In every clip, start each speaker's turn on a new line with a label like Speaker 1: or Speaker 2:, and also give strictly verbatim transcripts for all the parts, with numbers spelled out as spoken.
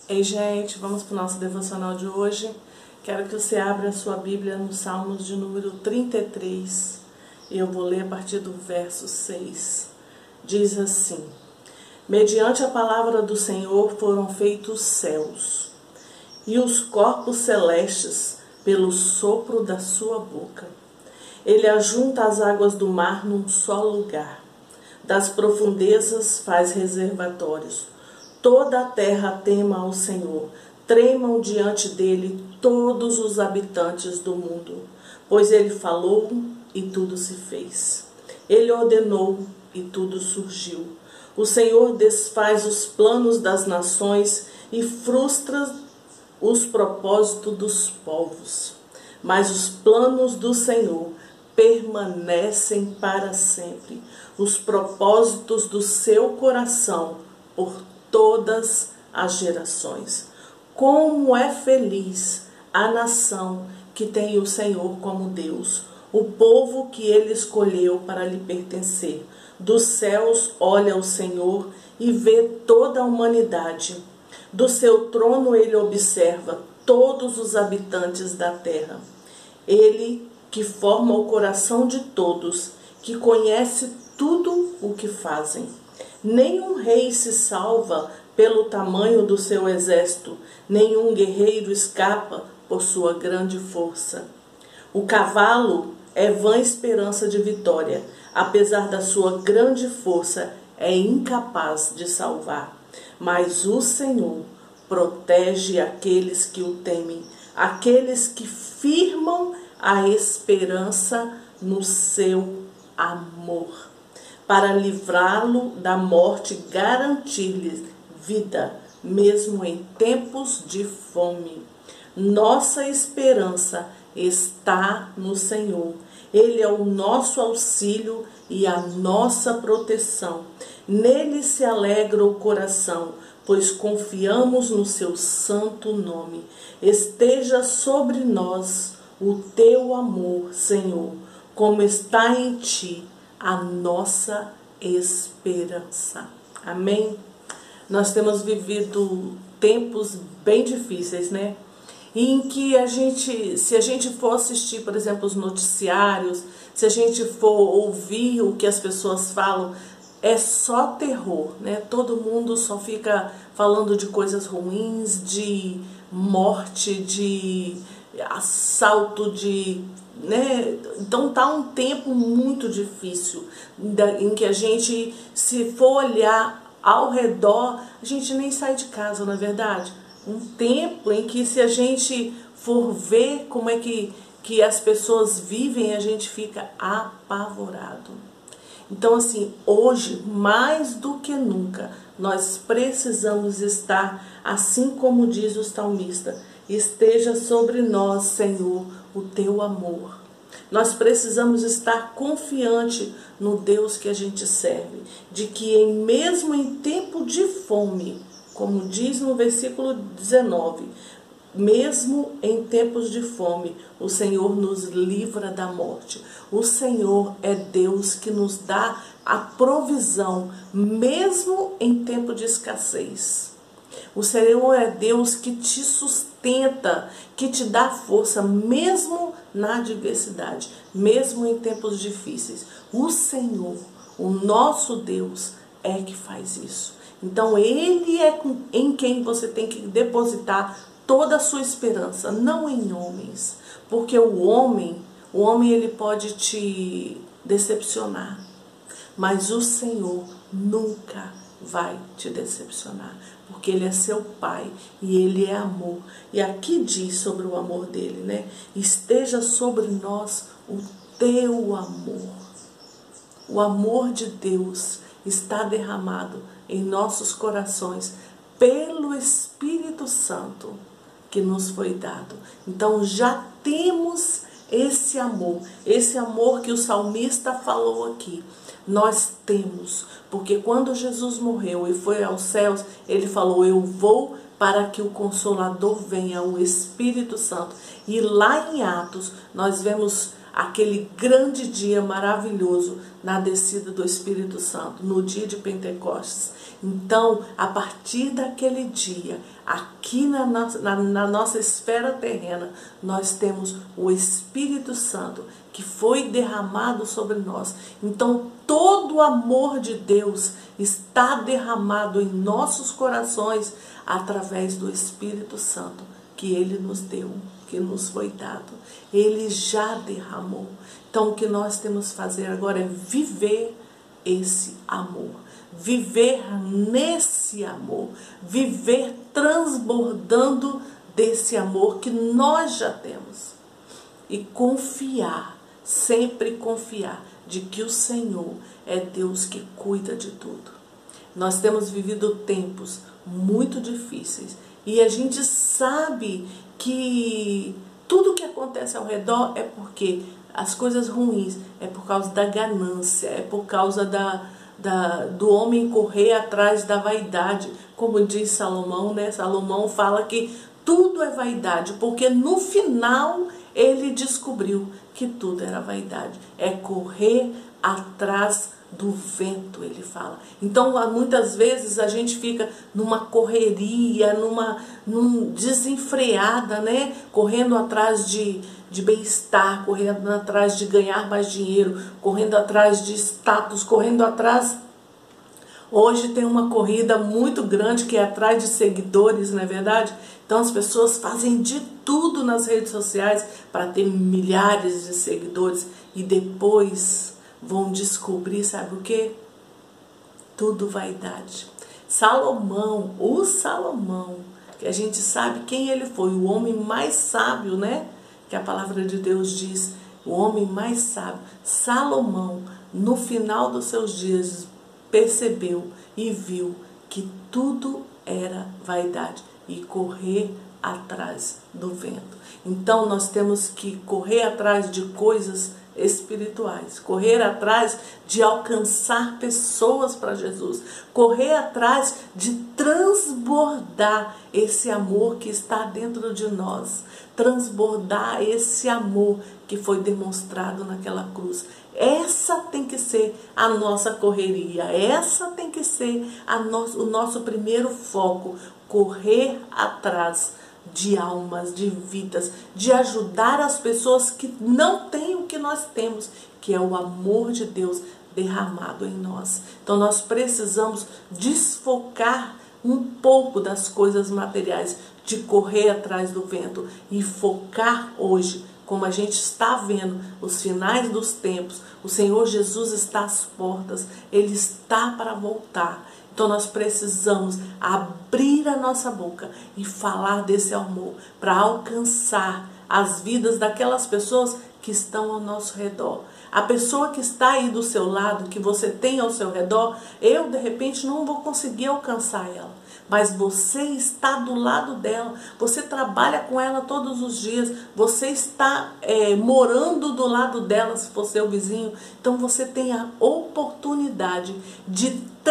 Speaker 1: Ei, gente, vamos para o nosso devocional de hoje. Quero que você abra a sua Bíblia no Salmos de número trinta e três. E eu vou ler a partir do verso seis. Diz assim: mediante a palavra do Senhor foram feitos os céus, e os corpos celestes pelo sopro da sua boca. Ele ajunta as águas do mar num só lugar. Das profundezas faz reservatórios. Toda a terra tema ao Senhor, tremam diante dele todos os habitantes do mundo. Pois ele falou e tudo se fez. Ele ordenou e tudo surgiu. O Senhor desfaz os planos das nações e frustra os propósitos dos povos. Mas os planos do Senhor permanecem para sempre, os propósitos do seu coração por todas as gerações. Como é feliz a nação que tem o Senhor como Deus, o povo que ele escolheu para lhe pertencer. Dos céus olha o Senhor e vê toda a humanidade. Do seu trono ele observa todos os habitantes da terra. Ele que forma o coração de todos, que conhece tudo o que fazem. Nenhum rei se salva pelo tamanho do seu exército, nenhum guerreiro escapa por sua grande força. O cavalo é vã esperança de vitória, apesar da sua grande força, é incapaz de salvar. Mas o Senhor protege aqueles que o temem, aqueles que firmam a esperança no seu amor, para livrá-lo da morte e garantir-lhe vida, mesmo em tempos de fome. Nossa esperança está no Senhor. Ele é o nosso auxílio e a nossa proteção. Nele se alegra o coração, pois confiamos no seu santo nome. Esteja sobre nós o teu amor, Senhor, como está em ti a nossa esperança. Amém? Nós temos vivido tempos bem difíceis, né? Em que a gente, se a gente for assistir, por exemplo, os noticiários, se a gente for ouvir o que as pessoas falam, é só terror, né? Todo mundo só fica falando de coisas ruins, de morte, de assalto, de, né? Então tá um tempo muito difícil em que a gente, se for olhar ao redor, a gente nem sai de casa, não é verdade? Um tempo em que, se a gente for ver como é que, que as pessoas vivem, a gente fica apavorado. Então, assim, hoje, mais do que nunca, nós precisamos estar, assim como diz o salmista: esteja sobre nós, Senhor, o teu amor. Nós precisamos estar confiante no Deus que a gente serve, de que em, mesmo em tempo de fome, como diz no versículo dezenove, mesmo em tempos de fome, o Senhor nos livra da morte. O Senhor é Deus que nos dá a provisão, mesmo em tempo de escassez. O Senhor é Deus que te sustenta, que te dá força, mesmo na adversidade, mesmo em tempos difíceis. O Senhor, o nosso Deus, é que faz isso. Então, Ele é em quem você tem que depositar toda a sua esperança, não em homens. Porque o homem, o homem ele pode te decepcionar, mas o Senhor nunca vai te decepcionar, porque Ele é seu Pai e Ele é amor. E aqui diz sobre o amor dele, né? Esteja sobre nós o teu amor. O amor de Deus está derramado em nossos corações pelo Espírito Santo que nos foi dado. Então já temos esse amor, esse amor que o salmista falou aqui. Nós temos, porque quando Jesus morreu e foi aos céus, ele falou: eu vou para que o Consolador venha, o Espírito Santo. E lá em Atos nós vemos aquele grande dia maravilhoso na descida do Espírito Santo, no dia de Pentecostes. Então, a partir daquele dia, aqui na nossa, na, na nossa esfera terrena, nós temos o Espírito Santo que foi derramado sobre nós. Então, todo o amor de Deus está derramado em nossos corações através do Espírito Santo que Ele nos deu, que nos foi dado. Ele já derramou. Então, o que nós temos que fazer agora é viver esse amor. Viver nesse amor. Viver transbordando desse amor que nós já temos. E confiar, sempre confiar de que o Senhor é Deus que cuida de tudo. Nós temos vivido tempos muito difíceis e a gente sabe que tudo que acontece ao redor é porque as coisas ruins é por causa da ganância, é por causa da, da, do homem correr atrás da vaidade, como diz Salomão, né? Salomão fala que tudo é vaidade, porque no final ele descobriu que tudo era vaidade, é correr atrás do vento, ele fala. Então, muitas vezes a gente fica numa correria, numa num desenfreada, né? Correndo atrás de, de bem-estar, correndo atrás de ganhar mais dinheiro, correndo atrás de status, correndo atrás... Hoje tem uma corrida muito grande que é atrás de seguidores, não é verdade? Então as pessoas fazem de tudo nas redes sociais para ter milhares de seguidores e depois vão descobrir, sabe o quê? Tudo vaidade. Salomão, o Salomão, que a gente sabe quem ele foi, o homem mais sábio, né? Que a palavra de Deus diz, o homem mais sábio. Salomão, no final dos seus dias, percebeu e viu que tudo era vaidade e correr atrás do vento. Então nós temos que correr atrás de coisas espirituais, correr atrás de alcançar pessoas para Jesus, correr atrás de transbordar esse amor que está dentro de nós, transbordar esse amor que foi demonstrado naquela cruz. Essa tem que ser a nossa correria, essa tem que ser a no, o nosso primeiro foco, correr atrás de almas, de vidas, de ajudar as pessoas que não têm o que nós temos, que é o amor de Deus derramado em nós. Então nós precisamos desfocar um pouco das coisas materiais, de correr atrás do vento e focar hoje, como a gente está vendo, os finais dos tempos, o Senhor Jesus está às portas, Ele está para voltar. Então nós precisamos abrir a nossa boca e falar desse amor para alcançar as vidas daquelas pessoas que estão ao nosso redor. A pessoa que está aí do seu lado, que você tem ao seu redor, eu de repente não vou conseguir alcançar ela. Mas você está do lado dela, você trabalha com ela todos os dias, você está é, morando do lado dela, se for seu vizinho. Então você tem a oportunidade de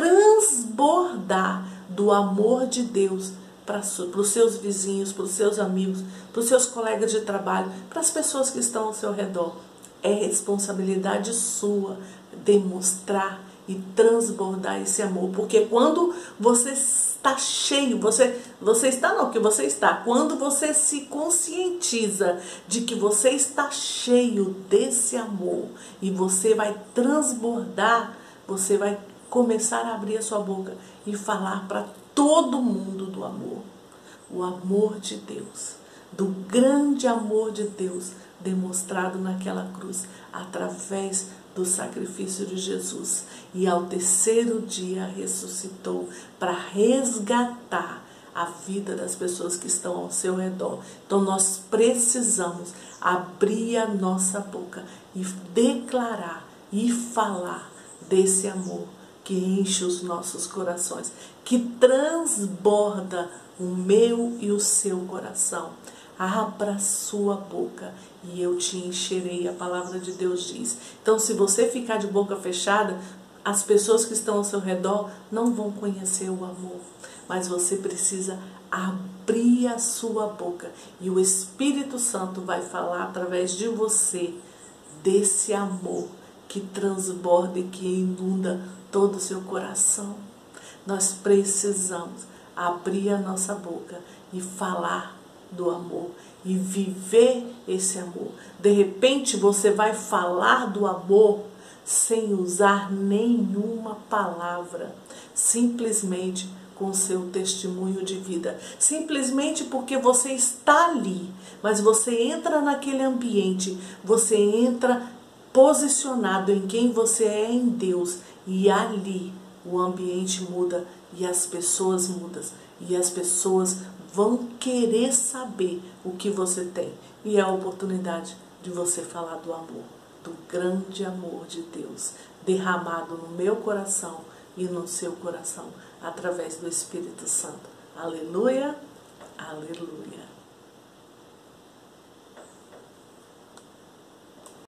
Speaker 1: transbordar do amor de Deus para os seus vizinhos, para os seus amigos, para os seus colegas de trabalho, para as pessoas que estão ao seu redor. É responsabilidade sua demonstrar e transbordar esse amor, porque quando você está cheio, você, você está não, que você está, quando você se conscientiza de que você está cheio desse amor e você vai transbordar, você vai começar a abrir a sua boca e falar para todo mundo do amor, o amor de Deus, do grande amor de Deus demonstrado naquela cruz, através do sacrifício de Jesus. E ao terceiro dia ressuscitou para resgatar a vida das pessoas que estão ao seu redor. Então nós precisamos abrir a nossa boca e declarar e falar desse amor que enche os nossos corações, que transborda o meu e o seu coração. Abra sua boca e eu te encherei, a palavra de Deus diz. Então, se você ficar de boca fechada, as pessoas que estão ao seu redor não vão conhecer o amor. Mas você precisa abrir a sua boca e o Espírito Santo vai falar através de você desse amor que transborda e que inunda todo o seu coração. Nós precisamos abrir a nossa boca e falar do amor e viver esse amor. De repente você vai falar do amor sem usar nenhuma palavra, simplesmente com o seu testemunho de vida, simplesmente porque você está ali, mas você entra naquele ambiente, você entra posicionado em quem você é em Deus, e ali o ambiente muda e as pessoas mudam, e as pessoas vão querer saber o que você tem, e é a oportunidade de você falar do amor, do grande amor de Deus derramado no meu coração e no seu coração através do Espírito Santo. Aleluia, aleluia.